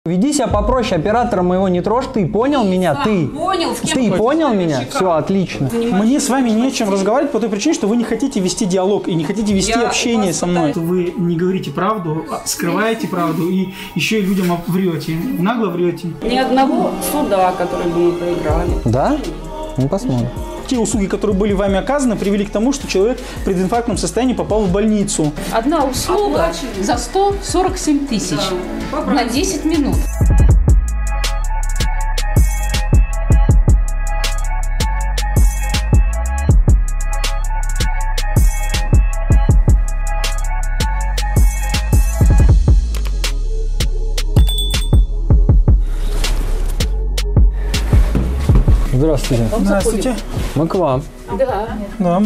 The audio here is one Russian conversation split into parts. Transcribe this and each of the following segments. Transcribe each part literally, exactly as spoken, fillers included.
Веди себя попроще, оператора моего не трожь, ты понял меня? Ты понял, с кем ты понял меня? Все, отлично. Мне с вами не о чем разговаривать по той причине, что вы не хотите вести диалог и не хотите вести Я общение со мной. пытаюсь... Вы не говорите правду, скрываете правду и еще и людям врете. Нагло врете. Ни одного суда, который бы мы проиграли. Да? Ну, посмотрим. Те услуги, которые были вами оказаны, привели к тому, что человек в прединфарктном состоянии попал в больницу. Одна услуга Оплачиваем. За сто сорок семь тысяч да. на десять минут. Здравствуйте. Здравствуйте. Мы к вам. Да. Да.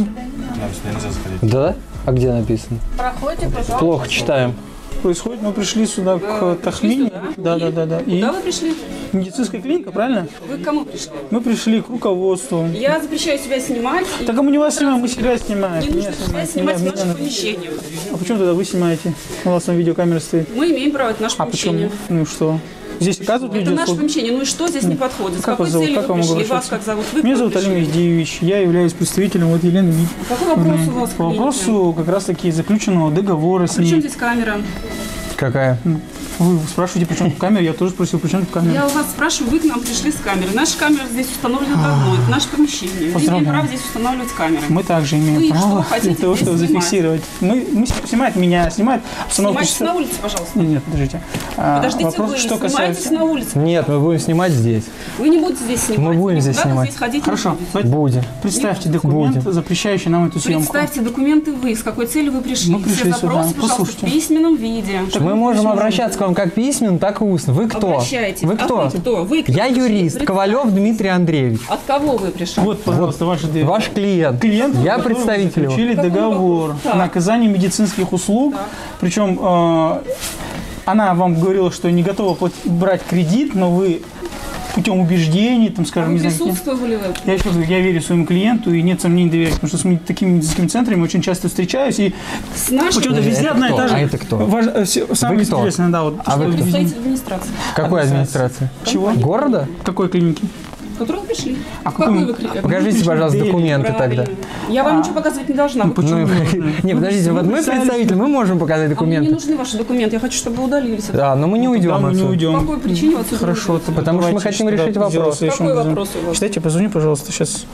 Да? А где написано? Проходите, пожалуйста. Плохо читаем. Происходит, мы пришли сюда к Тахмине. Да, да, да, да. И Куда вы пришли? медицинская клиника, правильно? Вы к кому пришли? Мы пришли к руководству. Я запрещаю себя снимать. и- Так а мы не вас снимаем, мы себя снимаем. Не нужно Меня себя снимать, снимать в меня- нашем меня- помещении. А почему тогда вы снимаете? У вас там видеокамера стоит. Мы имеем право, это наше А помещение. почему? Ну и что? Здесь оказывают люди Это наше услуги? помещение. Ну и что здесь не подходит? С Как какой вас зовут? целью Как вы вам пришли? Вас обращаться? как зовут? Вы Меня кто зовут Алим пришли? Евдеевич, я являюсь представителем вот Елены Вик. Какой вопрос у вас? к По клинике? вопросу как раз таки заключенного договора с При чем ней. здесь камера? Какая? Вы спрашиваете, при чем тут камера? Я тоже спросил, при чем тут камера? Я у вас спрашиваю, вы к нам пришли с камерой. Наша камера здесь установлена давно. Это наше помещение. Мы имеем Поздравляю. право здесь устанавливать камеры. Мы также имеем Вы что право вы хотите для того, здесь чтобы снимать? зафиксировать. Мы, мы снимает меня, снимает обстановку. Снимайтесь на улице, пожалуйста. Нет, нет, подождите. А, Подождите, вопрос, вы что снимаетесь касается... на улице. Нет, мы будем снимать здесь. Вы не будете здесь снимать. Мы будем здесь Никуда вы снимать. здесь ходить не Хорошо, будете. давайте Будем. представьте документ, Будем. запрещающий нам эту съемку. Представьте документы вы, с какой целью вы пришли. Мы пришли Все сюда. запросы, пожалуйста, Послушайте. в письменном виде. Мы можем обращаться к вам как письменно, так и устно. Вы кто? Обращайтесь. Вы А кто? вы кто? Вы кто Я пришли? юрист, Представьте. Ковалев Дмитрий Андреевич. От кого вы пришли? Вот, пожалуйста, ваши две... Ваш клиент. клиент, Я у которого представитель его. заключили Какой договор вопрос? Так. на оказание медицинских услуг. Причем э, она вам говорила, что не готова платить, брать кредит, но вы путем убеждений, там, А скажем, вы не знаю, каким- присутствовали в этом? я еще раз говорю, я верю своему клиенту и нет сомнений доверия, потому что с ми- такими медицинскими центрами очень часто встречаюсь и С нашей почему-то Это везде одна и кто? та же. А это кто? Важ- э, все- Самое Вы кто? интересное, да, вот. А что вы кто? везде- представитель администрации. Какой администрации? Чего? Города? Какой клиники? В которую вы пришли. А Какой какой- вы клиент? Покажите, пожалуйста, Правильно. документы тогда. Я вам ничего показывать не должна. Вы почему? Ну, не, подождите, вот мы представитель, мы можем показать А мне не документы. нужны ваши документы. Я хочу, чтобы вы удалились. Да, но мы не Да, уйдем мы не отсюда. По уйдем. какой причине вы отсюда Хорошо, уйдете? тогда Потому что мы давайте хотим тогда решить сделаем вопрос. следующим Какой образом. вопрос у вас? Читайте, позвони, пожалуйста, сейчас.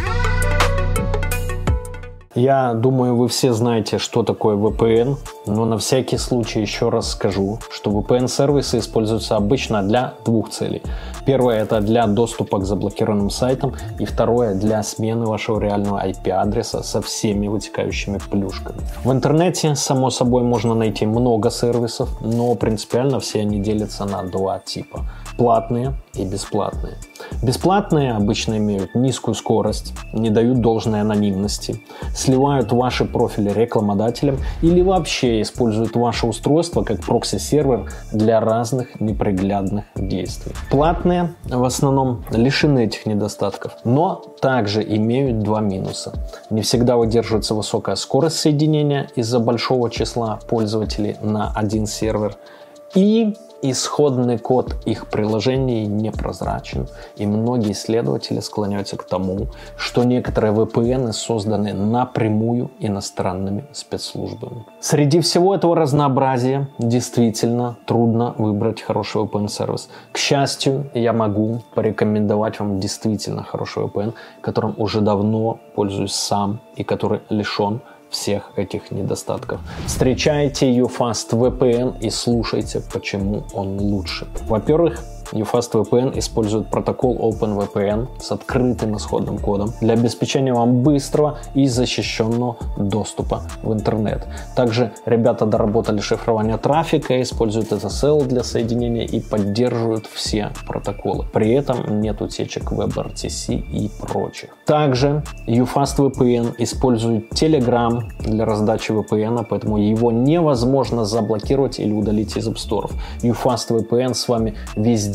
Я думаю, вы все знаете, что такое ви пи эн, но на всякий случай еще раз скажу, что ви пи эн-сервисы используются обычно для двух целей. Первое – это для доступа к заблокированным сайтам, и второе – для смены вашего реального ай пи-адреса со всеми вытекающими плюшками. В интернете, само собой, можно найти много сервисов, но принципиально все они делятся на два типа – платные и бесплатные. Бесплатные обычно имеют низкую скорость, не дают должной анонимности, сливают ваши профили рекламодателям или вообще используют ваше устройство как прокси-сервер для разных неприглядных действий. Платные в основном лишены этих недостатков, но также имеют два минуса. Не всегда выдерживается высокая скорость соединения из-за большого числа пользователей на один сервер, и исходный код их приложений непрозрачен, и многие исследователи склоняются к тому, что некоторые ви пи эн созданы напрямую иностранными спецслужбами. Среди всего этого разнообразия действительно трудно выбрать хороший ви пи эн-сервис. К счастью, я могу порекомендовать вам действительно хороший ви пи эн, которым уже давно пользуюсь сам и который лишен всех этих недостатков. Встречайте YouFast ви пи эн и слушайте, почему он лучше. Во-первых, YouFast ви пи эн использует протокол OpenVPN с открытым исходным кодом для обеспечения вам быстрого и защищенного доступа в интернет. Также ребята доработали шифрование трафика, используют эс эс эл для соединения и поддерживают все протоколы. При этом нет утечек WebRTC и прочих. Также YouFast ви пи эн использует Telegram для раздачи ви пи эн, поэтому его невозможно заблокировать или удалить из App Store. YouFast ви пи эн с вами везде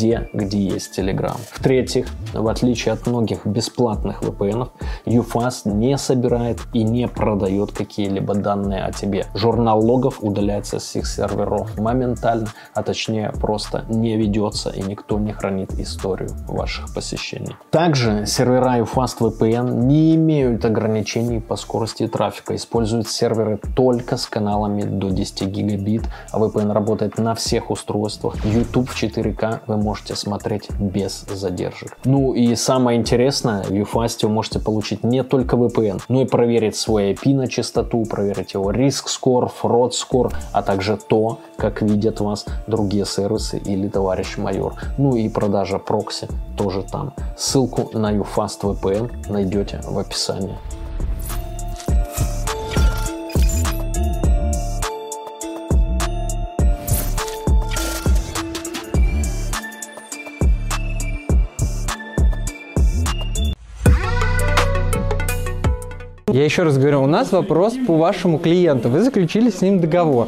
везде, где есть Telegram. В-третьих, в отличие от многих бесплатных ви пи эн-ов, юфаст не собирает и не продает какие-либо данные о тебе. Журнал логов удаляется с их серверов моментально, а точнее просто не ведется, и никто не хранит историю ваших посещений. Также сервера юфаст ви пи эн не имеют ограничений по скорости трафика, используют серверы только с каналами до десяти гигабит, а ви пи эн работает на всех устройствах. YouTube в четыре ка вы можете смотреть без задержек. Ну и самое интересное, в юфаст вы можете получить не только ви пи эн, но и проверить свой ай пи на чистоту, проверить его риск скор, фрод скор, а также то, как видят вас другие сервисы или товарищ майор. Ну и продажа прокси тоже там. Ссылку на юфаст ви пи эн найдете в описании. Я еще раз говорю, у нас вопрос по вашему клиенту. Вы заключили с ним договор,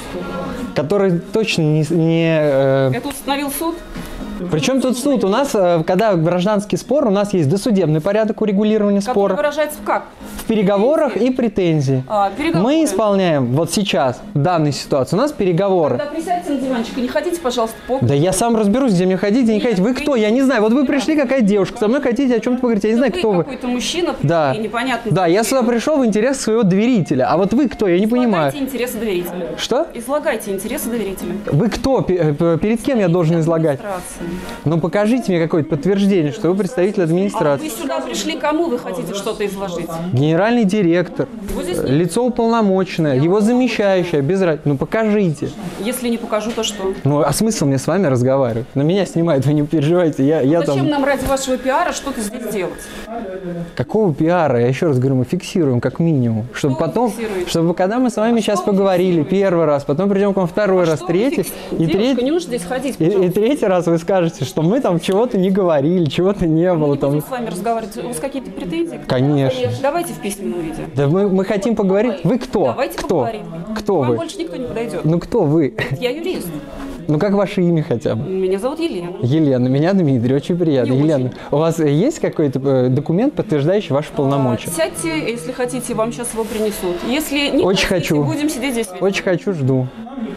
который точно не... не э... Это установил суд? Причем тут суд? У нас, э, когда гражданский спор, у нас есть досудебный порядок урегулирования Который спора. выражается в как? В переговорах и претензии. А, переговоры. Мы исполняем вот сейчас, в данной ситуации, у нас переговоры. Тогда присядьте на диванчик и не ходите, пожалуйста, по... Да я сам разберусь, где мне ходить, где не ходить. Вы кто? Я не знаю. Вот вы пришли, какая девушка, со мной хотите о чем-то поговорить. Я не знаю, кто вы. какой-то мужчина, Да. и непонятно. Да, я сюда пришел в интерес своего доверителя. А вот вы кто? Я не понимаю. Излагайте интересы доверителя. Что? Излагайте интересы доверителя. Вы кто? Пе- пе- Перед кем я должен излагать? Администрация. Ну покажите мне какое-то подтверждение, что вы представитель А вы администрации. сюда пришли, кому вы хотите что-то изложить? Генеральный директор, Его здесь нет. лицо уполномоченное, его замещающее, без разницы. Ну покажите. Если не покажу, то что? Ну а смысл мне с вами разговаривать? На меня снимают, вы не переживайте. Я, я Зачем там... нам ради вашего пиара что-то здесь делать? Какого пиара? Я еще раз говорю, мы фиксируем как минимум. Чтобы Что вы потом, фиксируете? чтобы когда мы с вами А сейчас что вы поговорили фиксируете? первый раз, потом придем к вам второй раз, Что вы третий, фикс- и Девушка, третий, не нужно здесь ходить, и, и пожалуйста. третий раз вы скажете, что мы там чего-то не говорили, чего-то не Мы было. не Там... будем с вами разговаривать. У вас какие-то претензии? Конечно. Давайте в письменном виде. Да мы, мы хотим поговорить. Вы кто? Давайте кто? поговорим. Кто Вам вы? больше никто не подойдет. Ну кто вы? Я юрист. Ну как ваше имя хотя бы? Меня зовут Елена. Елена, меня Дмитрий, очень приятно. Не Елена, очень. у вас есть какой-то э, документ, подтверждающий ваши полномочия? А, сядьте, если хотите, вам сейчас его принесут. Если не Очень хотите, хочу. будем сидеть здесь. Очень хочу, жду.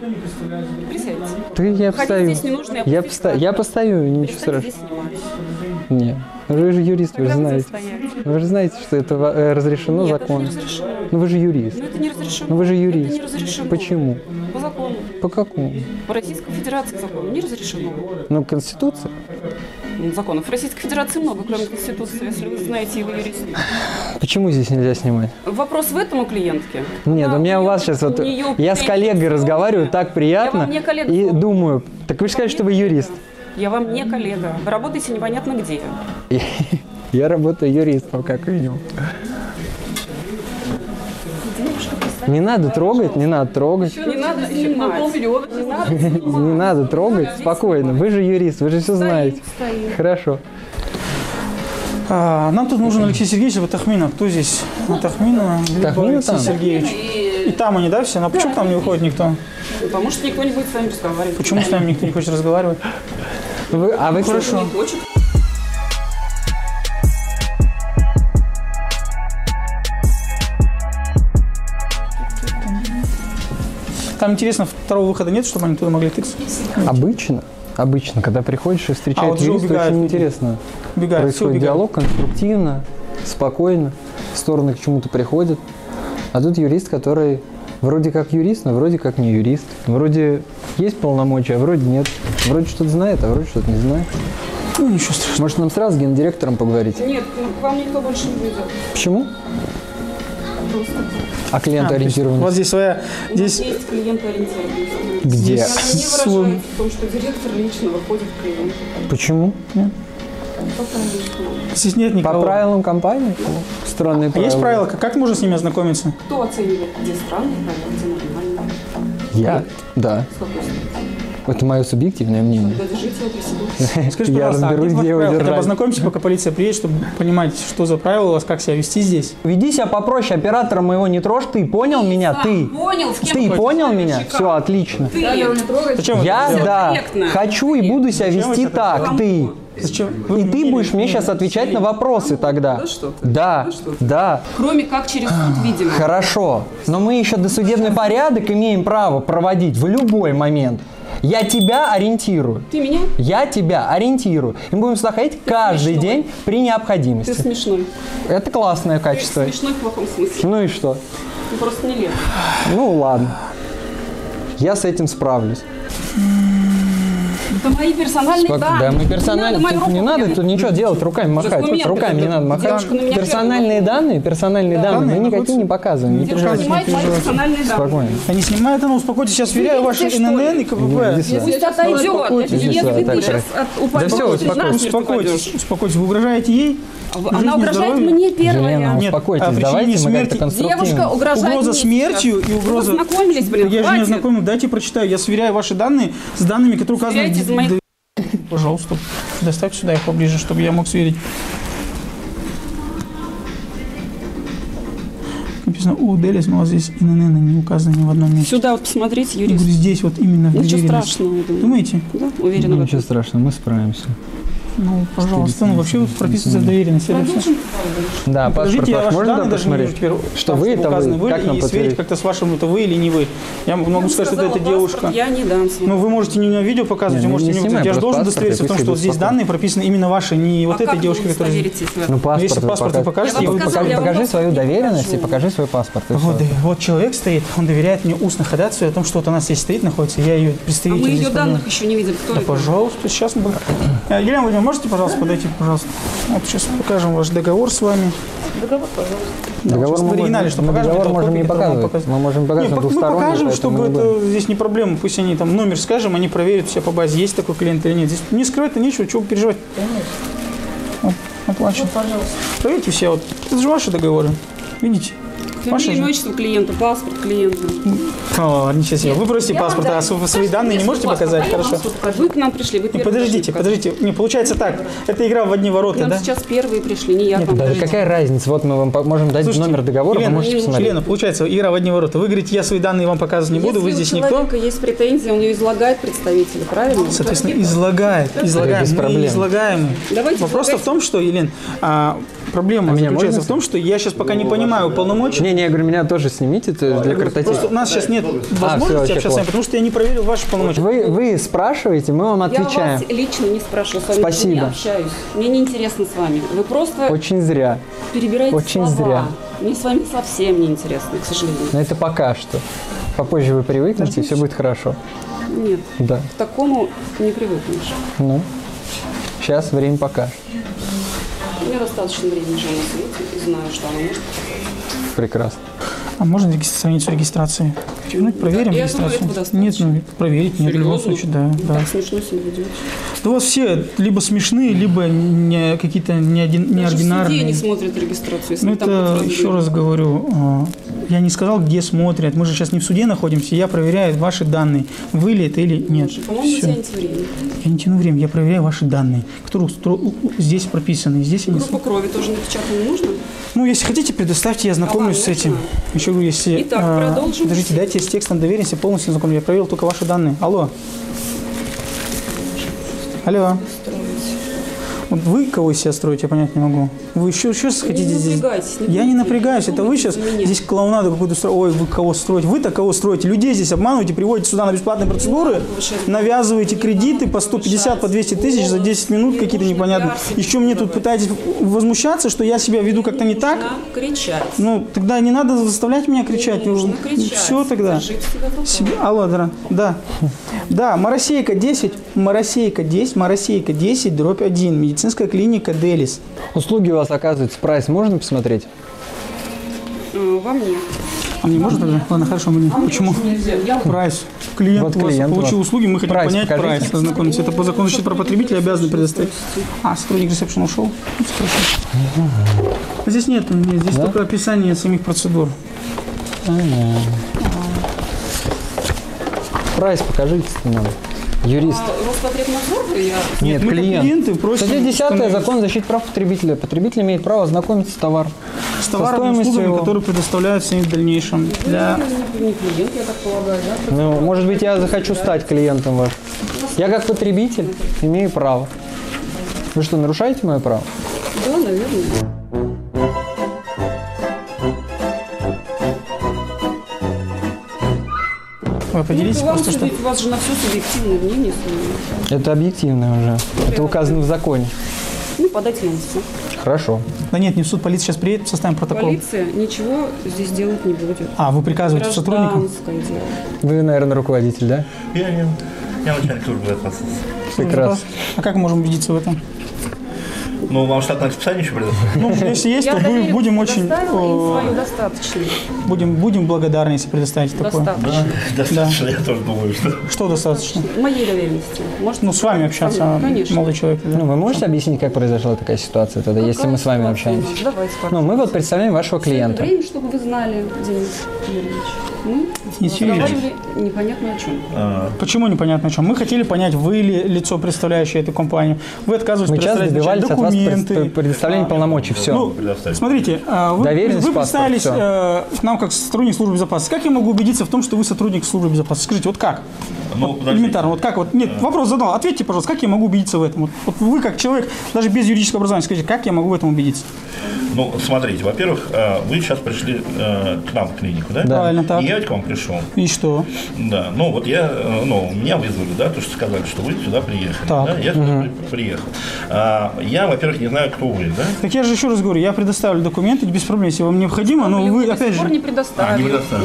Присядьте. Ты, я Ходить постою. здесь не нужно, я я, пусть поста- здесь я стану. постою, ничего Перестаньте страшного. здесь снимать. Нет. Вы же юрист, вы же Когда знаете. здесь стоять? Вы же знаете, что это э, разрешено Нет, это законом. не разрешено. Ну вы же юрист. Но это не разрешено. Ну вы же юрист. Это не разрешено. Почему? По закону. По какому? По Российской Федерации закону не разрешено. Ну, Конституция. Ну, законов в Российской Федерации много, кроме Конституции, если вы знаете, и вы юрист. Почему здесь нельзя снимать? Вопрос в этом у клиентки. Нет, Да, у меня у вас неё- сейчас вот... неё Я с коллегой претензии. разговариваю, так приятно. Я вам не коллега, И слово. думаю, так вы же скажете, что вы юрист. Я вам не коллега. Вы работаете непонятно где. Я работаю юристом, как минимум. Не надо трогать, не надо трогать. Не надо снимать. Не надо снимать. Не надо трогать, спокойно. Вы же юрист, вы же все знаете. стоит. Хорошо. А, нам тут нужен Алексей Сергеевич либо Тахмина. Кто здесь? Тахмина, либо Тахмина Алексей там? Сергеевич. И там они, да, все? Но почему к нам не выходит никто? Потому что никто не будет с вами разговаривать. Почему с нами никто не хочет разговаривать? Вы, а вы, кстати, Хорошо. Не хочет. Там, интересно, второго выхода нет, чтобы они туда могли тыкаться? обычно, обычно, когда приходишь и А, встречаешь вот же юриста, убегают очень люди. интересно. Убегают, все Происходит убегают. диалог конструктивно, спокойно, стороны к чему-то приходят. А тут юрист, который вроде как юрист, но вроде как не юрист. Вроде есть полномочия, а вроде нет. Вроде что-то знает, а вроде что-то не знает. Ну, ничего страшного. Может, нам сразу с гендиректором поговорить? Нет, ну, к вам никто больше не придет. Почему? Просто. А А, клиентоориентированность? у вас здесь своя... У нас Здесь... есть клиентоориентированность. Где? здесь- Она не Слон. выражается в том, что директор лично выходит к клиенту. Почему? По правилам. Здесь нет По никого. правилам компании? Странные А правила. есть правила? Как, как можно с ними ознакомиться? Кто оценивает, где странные правила, где нормальные? Я? Да. С какой стороны? Это мое субъективное мнение. Держите его при себе. Скажите, Я пожалуйста, а разберусь, какие где его правила? Хотя бы держать. ознакомьтесь, пока полиция приедет, чтобы понимать, что за правила у вас, как себя вести здесь. Веди себя попроще, оператора моего не трожь, ты понял меня? Ты. Понял, с кем Ты вы понял хотите, меня? Чика? Все, отлично. Ты. Зачем вы Я, это делаете? да, корректно. хочу и буду себя Зачем вы вести это так, ты. Зачем? И Вы ты мне- будешь мне сейчас отвечать на вопросы тогда. Да что ты? Да, Да что ты? да. Кроме как через суд, видимо. Хорошо. Но мы еще досудебный порядок имеем право проводить в любой момент. Я тебя ориентирую. Ты меня? Я тебя ориентирую. И мы будем сюда ходить каждый смешной. день при Ты необходимости. смешной. Это классное Ты качество. смешной в плохом смысле. Ну и что? Ты просто нелепый. Ну ладно. Я с этим справлюсь. Это мои персональные Спок- данные. Да, мы Не персональные. надо мою тут не руку надо прямо. тут ничего делать, руками махать. Документы, Руками не надо махать. девушка на меня Персональные данные, персональные данные мы Данные никакие не находятся- показываем. Не Девушка переживайте. Снимает мои персональные данные. Спокойно. Они снимают, ну успокойтесь, сейчас сверяю ваши Видите, что эн эн эн ли? и ка пэ Иди пэ. сюда. Пусть отойдет. Иди Если сюда, ты так, сейчас так. от- упадешь, всё, ты успокойся. насмерть Успокойтесь, упадешь. успокойтесь. Вы угрожаете ей? Она Жизни, угрожает здоровью? мне первая. Елена, Нет, успокойтесь, о причине давайте мы смерти- как-то конструктивно. Девушка угрожает Угроза мне смертью сейчас. и угроза... Вы ознакомились, блин, Я же не хватит. ознакомлен, дайте прочитаю. Я сверяю ваши данные с данными, которые указаны... Сверяйте из моих- Пожалуйста, доставь сюда их поближе, чтобы я мог сверить. Написано «О, Делис», но у вас здесь эн эн эн не указано ни в одном месте. Сюда вот посмотрите, Я говорю, юрист. здесь вот именно в Ничего двери. страшного, я думаю. Думаете? Да, уверена в Ну, этом. ничего страшного, мы справимся. Ну, пожалуйста. Ну, вообще вот прописывается доверенность. Это всё. Да, паспорт Подождите, я ваш ваши можно данные да, даже не вижу посмотреть? теперь. Что так, вы, чтобы это указаны вы. Как нам и сверить подтвердить? как-то с вашим, это вы или не вы. Я могу сказать, что Сказала, это паспорт девушка. Я не дам свой. Ну, вы можете не на видео показывать, Не, вы ну, можете не не снимай, Я же просто должен паспорт, удостовериться в том, пусть что вот идут здесь спокойно. данные прописаны именно ваши, не вот А этой как вы девушки, которая здесь. удостоверитесь в этом? Ну, паспорт Если вы паспорт вы покажете. покажете, Я я вам вы показала, Покажи, я вам покажи паспорт свою не доверенность и покажу. покажи свой паспорт. и Вот, всё. да, вот человек стоит, он доверяет мне устно ходатайству о том, что вот она здесь стоит, находится, я ее А представитель. мы здесь ее проблем. данных еще не видели. Кто Да, это? пожалуйста, сейчас мы... Э, Елена Владимировна, можете, пожалуйста, подойти, пожалуйста? Вот сейчас покажем ваш договор с вами. Договор, пожалуйста. Договор сейчас мы в оригинале, можем- что мы покажем, договор это можем копии, не которые вам показывать. показывают. Мы можем показать Не, на мы двусторонний, покажем, поэтому чтобы мы не будем. это здесь не проблема. Пусть они там номер скажем, они проверят все по базе, есть такой клиент или нет. Здесь не скрывать-то нечего, чего переживать. Вот, оплачен. Проверьте все. Вот. Это же ваши договоры. Видите? Ваши Фамилия, же. имя, отчество клиента, паспорт клиента. О, ладно, ничего себе. Вы просите паспорт, а св- свои данные не можете показать? Хорошо. Вы к нам пришли, вы Не, первые подождите, пришли. подождите. Не, получается так. Это игра в одни К ворота, нам да? сейчас первые пришли, не я к вам. Даже какая разница? Вот мы вам по- можем дать Слушайте, номер договора, Елена, вы можете посмотреть. Елена, получается, игра в одни ворота. Вы говорите, я свои данные вам показывать не буду, вы Если здесь у никто. человека есть претензии, он ее излагает представителю, правильно? Соответственно, излагает, излагаем, без мы проблем. излагаем. Давайте Вопрос в излагайте. том, что, Елен, а, проблема А меня заключается можно в том, что я сейчас пока не понимаю полномочий. Не, не, я говорю, меня тоже снимите, это для Просто картотеки. у нас сейчас нет всё, возможности вообще общаться с вами, класс. потому что я не проверил ваши полномочия. Вы, вы спрашиваете, мы вам Я отвечаем. вас лично не спрашиваю, с вами Спасибо. не общаюсь. Мне не интересно с вами. Вы просто Очень зря. перебираете очень слова. зря. Мне с вами совсем не интересно, к сожалению. Но это пока что. Попозже вы привыкнете, и все будет хорошо. Нет, Да. к такому не привыкнешь. Ну, сейчас время покажет. У меня достаточно времени уже на свете, и знаю, что оно может. Прекрасно. А можно реги- сравнить с регистрацией? Ну, проверим Я думаю, регистрацию. этого достаточно. Нет, ну, проверить нет, в любом Серьезно? случае, да. Вы да. так смешно себя ведете. Да у вас все либо смешные, либо не, какие-то неордин- Даже в суде неординарные. не смотрят регистрацию, если Ну, вы там это, подтвердили. еще раз говорю, а, я не сказал, где смотрят. Мы же сейчас не в суде находимся, я проверяю ваши данные. Вы ли это или нет. Слушай, По-моему, вы Всё. тянете время. Я не тяну время, я проверяю ваши данные, которые устро- у- у- здесь прописаны. Здесь они... Группу крови тоже напечатать не нужно? Ну, если хотите, предоставьте, я ознакомлюсь А, с этим. можно? Еще говорю, если... Итак, а, продолжим. Подождите, дайте я с текстом доверенности полностью знакомлю. Я проверил только ваши данные. Алло. Алло. Вот вы кого из себя строите, я понять не могу. Вы еще сейчас хотите здесь... напрягайтесь, не Я не думайте, напрягаюсь, не это вы думайте сейчас за меня. здесь клоунаду какую-то строите. Ой, вы кого строите? Вы-то кого строите? Людей здесь обманываете, приводите сюда на бесплатные процедуры, повышать. навязываете Не кредиты надо по сто пятьдесят, по двести тысяч за голос, десять минут не какие-то нужно непонятные. пиар себе Еще мне тут создавать. пытаетесь возмущаться, что я себя веду как-то не так. Нужно кричать. Ну, тогда не надо заставлять меня кричать. Не нужно Ну, кричать. все тогда. Держите себя в руках. Себе- Алло, да. Да. Да, Моросейка десять, Моросейка десять, Моросейка десять, дробь один, медицинская клиника Делис. Услуги у вас, оказывается, прайс можно посмотреть? А, Вам нет. А мне можно тогда? Ладно, хорошо, мне. Почему? Прайс. Клиент Вот у вас клиент у получил вас. услуги, мы хотим Прайс понять покажите. прайс, ознакомиться. Это по закону защиты прав потребителя обязаны предоставить. А, сотрудник ресепшена ушел? Ну, хорошо. А здесь нет, нет, здесь Да? только описание самих процедур. Прайс покажите нам. Юрист. А Роспотребнадзор, я... Нет, мы как клиент. клиенты просим Статья десятая, установить закон о защите прав потребителя. Потребитель имеет право ознакомиться с товаром. с товарами и услугами, которые предоставляются им в дальнейшем. Для... Не, не клиент, я так полагаю, да? Ну, может быть, я захочу стать клиентом вашим. Я как потребитель имею право. Вы что, нарушаете мое право? Да, наверное. Вы поделитесь Ну, вам просто, что... судить, у вас же на все субъективное мнение свое. Это объективно уже. Это указано в законе. Ну, подайте нам в суд. Хорошо. Да нет, не в суд, полиция сейчас приедет, составим протокол. Полиция ничего здесь делать не будет. А, вы приказываете сотрудникам? Гражданское дело. Вы, наверное, руководитель, да? Я не, я начальник службы безопасности. Прекрасно. А как мы можем убедиться в этом? Ну, вам штатное расписание еще предоставить? Ну, если есть, Я то доверие бу- будем очень... предоставила, им э, свою достаточно. Будем, будем благодарны, если предоставите такое. Достаточно. Достаточно, я тоже думаю, что... Что достаточно? Моей доверенности. Может, Ну, с вами общаться, Конечно. молодой человек. да. Ну, вы можете объяснить, как произошла такая ситуация тогда, если мы с вами Какая общаемся? ситуация? Давайте Ну, мы вот представляем вашего Это клиента. время, чтобы вы знали, Денис Юрьевич. Мы Денис Юрьевич. разговаривали непонятно о чем. А, Почему непонятно о чем? Мы хотели понять, вы ли лицо, представляющее эту компанию. Вы отказываетесь Мы часто предоставлять добивались от вас документы. пред- предоставления полномочий. Все. Ну, предоставить. смотрите, а, вы, Доверенность, вы паспорт, представились всё. э, к нам как сотрудник службы безопасности. Как я могу убедиться в том, что вы сотрудник службы безопасности? Скажите, вот как? Ну, Вот подождите. элементарно, вот как вот? Нет, вопрос задал. Ответьте, пожалуйста, как я могу убедиться в этом? Вот, вот вы как человек, даже без юридического образования, скажите, как я могу в этом убедиться? Ну, смотрите, во-первых, э, вы сейчас пришли э, к нам в клинику, да? Да. Правильно, так. И я к вам пришел. И что? Да, ну вот я, э, ну, меня вызвали, да, то, что сказали, что вы сюда приехали. Так. Да? Я сюда при- приехал. А, я, во-первых, не знаю, кто вы, да? Так я же еще раз говорю, я предоставлю документы без проблем, если вам необходимо, но Мне вы, до опять сих пор же... не А, не предоставили. предоставили.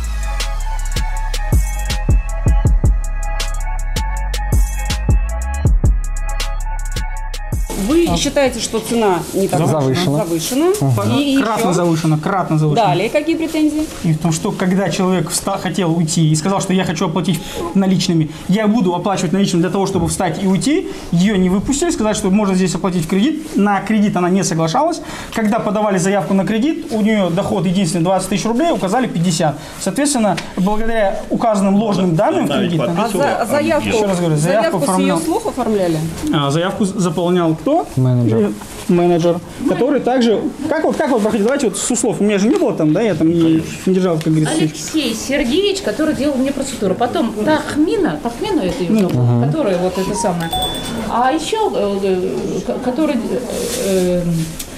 Вы считаете, что цена не так Завышена. завышена. И Кратно еще? завышено, кратно завышено. Далее какие претензии? И в том, что когда человек вста- хотел уйти и сказал, что я хочу оплатить наличными, я буду оплачивать наличными для того, чтобы встать и уйти, ее не выпустили, сказали, что можно здесь оплатить в кредит. На кредит она не соглашалась. Когда подавали заявку на кредит, у нее доход единственный двадцать тысяч рублей, указали пятьдесят. Соответственно, благодаря указанным ложным данным Она ведь кредита, А подписывала, за- а заявку, где? Еще раз говорю, заявку заявку с ее оформлял. слов оформляли? а, заявку заполнял кто? Менеджер. Э, Менеджер, который также... Как вот, как вот проходит? Давайте вот с услов. У меня же не было там, да, я там не, не держал, как говорится. Алексей Сергеевич, который делал мне процедуру. Потом Тахмина, Тахмина это ее зовут, которая вот это самое. А еще, э, э, ко- который... э, э,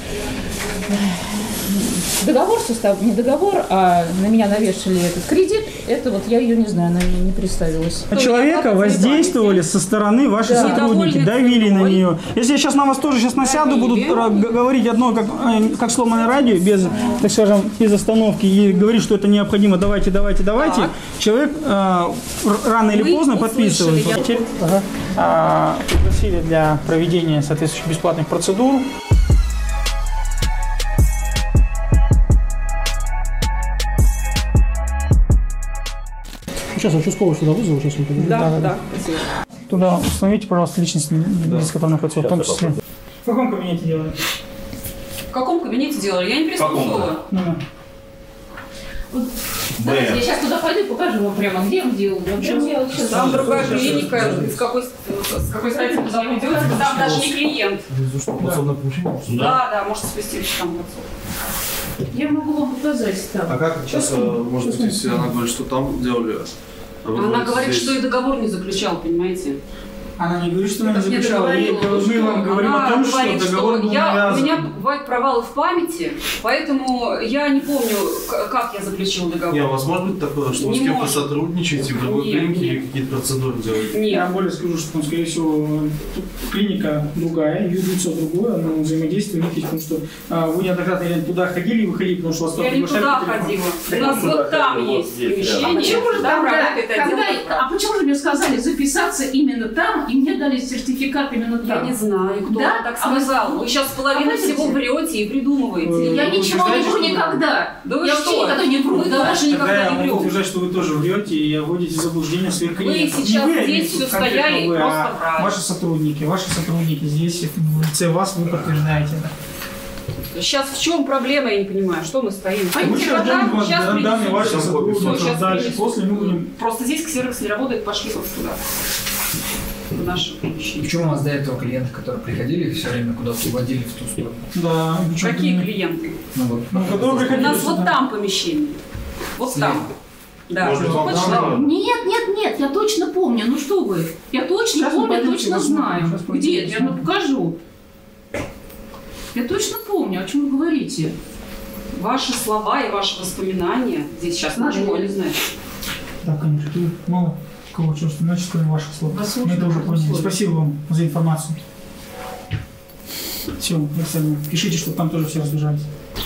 договор состав, не договор, а на меня навешали этот кредит, это вот я ее не знаю, она мне не представилась. На человека воздействовали со стороны ваши Да. сотрудники, Недовольны давили на ценой. нее. Если я сейчас на вас тоже сейчас насяду, буду Давили. ра- г- говорить одно, как, э, как сломанное радио, без, так скажем, без остановки, и говорить, что это необходимо, давайте, давайте, давайте, Так. человек э, р- рано или Вы поздно услышали, подписывает. я- Теперь, ага. А, пригласили для проведения соответствующих бесплатных процедур. Сейчас участковый сюда вызову, сейчас он подойдет. Да, да, спасибо. Туда установите, пожалуйста, личность лиц, которые находятся, в том числе. В каком кабинете делали? В каком кабинете делали? Я не присутствовала. Ну, да. Давайте я сейчас туда пойду и покажу вам прямо, где он делал. Вот прям я вот сейчас- Там другая клиника, с какой, с какой стати вы туда идете, там даже не клиент. Да, да, можете спуститься там в отцу. Я могу вам показать там. А как сейчас, э, может быть, если она говорит, что там делали? а вы Она говорите, говорит, здесь? что и договор не заключал, понимаете? Она не говорит, что она не Так мне заключала. Мы договорила, мы вам говорим она о том, что говорит, договор был я, у навязан. меня бывают провалы в памяти, поэтому я не помню, к- как я заключила договор. Не, у вас может быть такое, что вы Не с кем-то может. сотрудничаете, в другой Нет, клинике нет. или какие-то процедуры делаете? Я Нет. более скажу, что, ну, скорее всего, тут клиника другая, юрлицо другое, но взаимодействие у них есть, потому что а, вы неоднократно или туда ходили и выходили, потому что вас Я не приглашали туда по телефону. ходила. У нас вот там есть помещение. А почему же там тогда, работает отдел когда, добра? а почему же мне сказали записаться именно там, и мне дали сертификат именно Я там? не знаю, кто Да? так А вы- сказал. Вы сейчас половину А всего хотите? врете и придумываете. Я Вы ничего не утверждаете, вру что- никогда. Да вы я что? вообще никогда не вру. Вы да. тоже Тогда никогда я не могу врете. утверждать, что вы тоже врете и вводите в заблуждение своих клиентов. Не сейчас вы, а здесь не все конкретно стояли вы, просто а врали. ваши сотрудники. Ваши сотрудники здесь в лице вас вы подтверждаете это. Сейчас в чем проблема, я не понимаю. Что мы стоим? Мы Пойдите сейчас продам, ждем сейчас данные принесут. ваших Сейчас сотрудников. Сейчас Дальше, принесут. после мы будем... Просто здесь ксерокс не работает, пошли вот туда. в наше помещение. Почему у нас до этого клиенты, которые приходили, все время куда-то уводили в ту сторону? Да. Какие клиенты? Ну, вот, Ну, которые У приходили нас сюда. вот там помещение. Вот Слева. там. Да. Может, вам Хочешь, там- Нет, нет, нет, я точно помню. Ну что вы? Я точно Сейчас мы помню, пойдем, точно сейчас знаю. сейчас пойдем. Где? Я вам покажу. Я точно помню, о чем вы говорите. Ваши слова и ваши воспоминания здесь сейчас ничего не значит. Да, конечно, тут мало кого чувствует, значит, кроме ваших слов. Послушай, Мы это уже поняли. послушай. Спасибо вам за информацию. Все, Александр, пишите, чтобы там тоже все разбежались.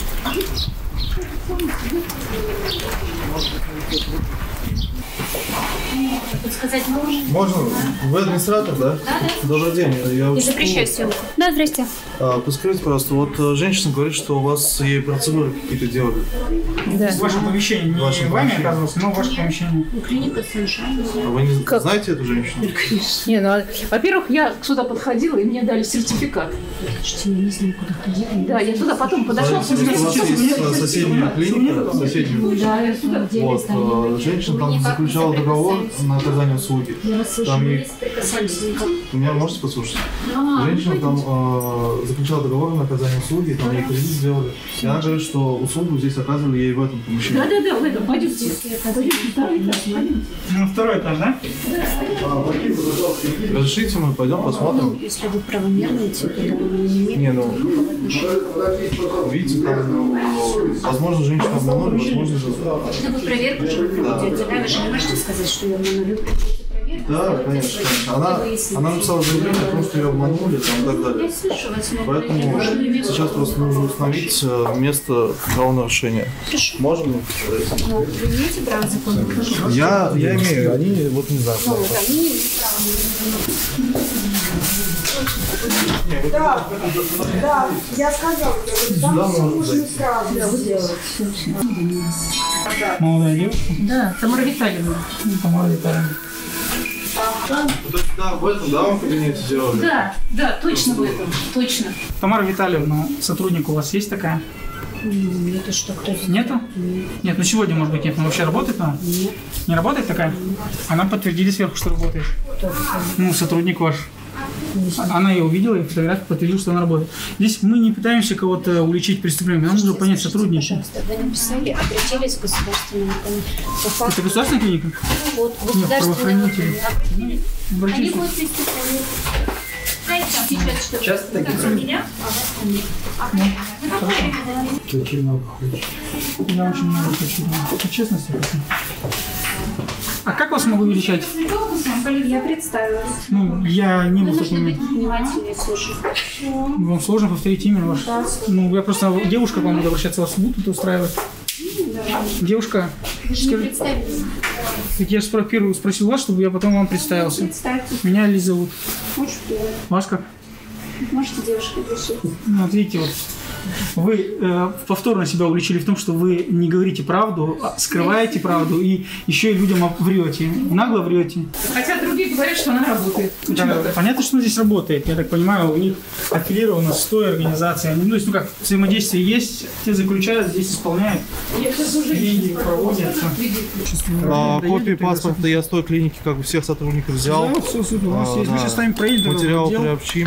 Подсказать можно? Можно? Вы администратор, да? Да, да. Добрый день. Я Не запрещаю съемку. Да, здрасте. А, подскажите, пожалуйста, вот э, женщина говорит, что у вас ей процедуры какие-то делали. Да. В вашем помещении, не Вашем вами помещении. оказывалось, но в вашем помещении. Клиника Sunshine. А вы не знаете эту женщину? Не, ну, а- во-первых, я сюда подходила, и мне дали сертификат. Слушайте, я не знаю, куда ходила. Да, я туда потом подошла. Знаете, что у вас есть э, соседняя клиника, соседняя. Да, я сюда. Вот, э, женщина там заключала договор на оказание услуги. Я вас слышу, Там вы ей- не соприкасались никак. Вы меня можете послушать? А, Женщина там э, заключала договор на оказание услуги, там ей кредит сделали. И она говорит, что услугу здесь оказывали ей в этом помещении. Да, да, да, в этом, пойдемте. Пойдемте, второй этаж, пойдемте. Ну, второй этаж, да? Разрешите, мы пойдем посмотрим. Ну, если вы правомерные, типа, то не Не, ну, видите, там, э, возможно, женщину обманули, возможно, Да вы проверку же вы проведете, да? Вы же не можете сказать, что я обманули. Вы проведете проверку, да, сделаете конечно, вы- конечно. Она, вы выясните. она написала заявление о том, что ее обманули там, и так Я далее. слышу вас, но Поэтому проверку сейчас просто нужно установить э, место правонарушения. Можем? Ну, вы имеете право закона? Я, я имею, они вот не знаю. Ну, вот они не имеют права. Да, я сказала, там Сюда все можно можно зайти. сразу сделать. Молодая девушка. Да, Тамара Витальевна. Ну, Тамара Витальевна. То есть, да, в этом, да, вам кабинете сделали? Да, да, точно в этом, точно. Тамара Витальевна, сотрудник у вас есть такая? Ну, это что, кто здесь? Нету? Нет, ну сегодня, может быть, нет. Но вообще работает она? Нет. Не работает такая? Она подтвердили сверху, что работает. Ну, сотрудник ваш. Она ее увидела и фотографию подтвердила, что она работает. Здесь мы не пытаемся кого-то уличить в преступлении, нам нужно понять сотрудника. Пожалуйста, вы написали, обратились к государственному комиссию. По факту, Это государственная клиника? ну, вот, Нет, государственному правоохранители. обратились. Они Обратитесь. будут вести проверку. Знаете, сейчас что? Часто такие Как у меня, а вас ко мне. Я очень много хочу. Это честно себе. А как вас могу величать? Я представилась. Ну, я не Вы был в тот должны быть момент. внимательнее слушать. Вам сложно повторить имя ваше? Ну, я просто девушка к вам буду обращаться, вас будут это устраивать? Девушка, Вы же не скажи, представились. так я спро- первый спросил вас, чтобы я потом вам представился. Представьтесь. Меня Лиза зовут. Очень приятно. Вас как? Можете девушкой решить. Ну, вот видите, вот вы э, повторно себя уличили в том, что вы не говорите правду, а скрываете правду и еще и людям врете. Нагло врете. Хотя другие говорят, что она работает. Да, понятно, что он здесь работает. Я так понимаю, у них аффилировано с той организацией. Они, ну, то есть, ну как, взаимодействие есть, те заключают, здесь исполняют. Я сейчас уже Деньги проводят. А, копии паспорта я с той клиники, как бы, всех сотрудников взял. Да, все супер, у нас А, есть. Мы да. сейчас с вами проедем. Материал отдел. приобщим.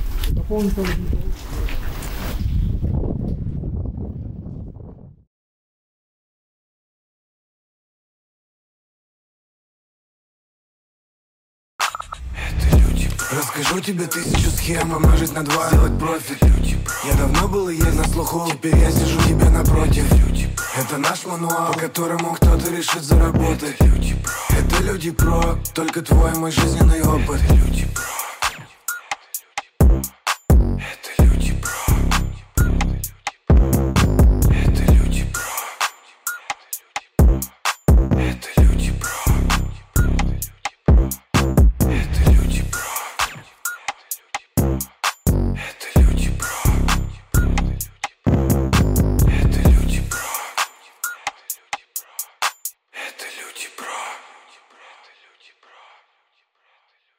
Расскажу тебе тысячу схем, умножить на два, сделать профиль. Я давно был и есть на слуху, теперь я сижу тебе напротив. Это наш мануал, по которому кто-то решит заработать. Это люди про, только твой мой жизненный опыт.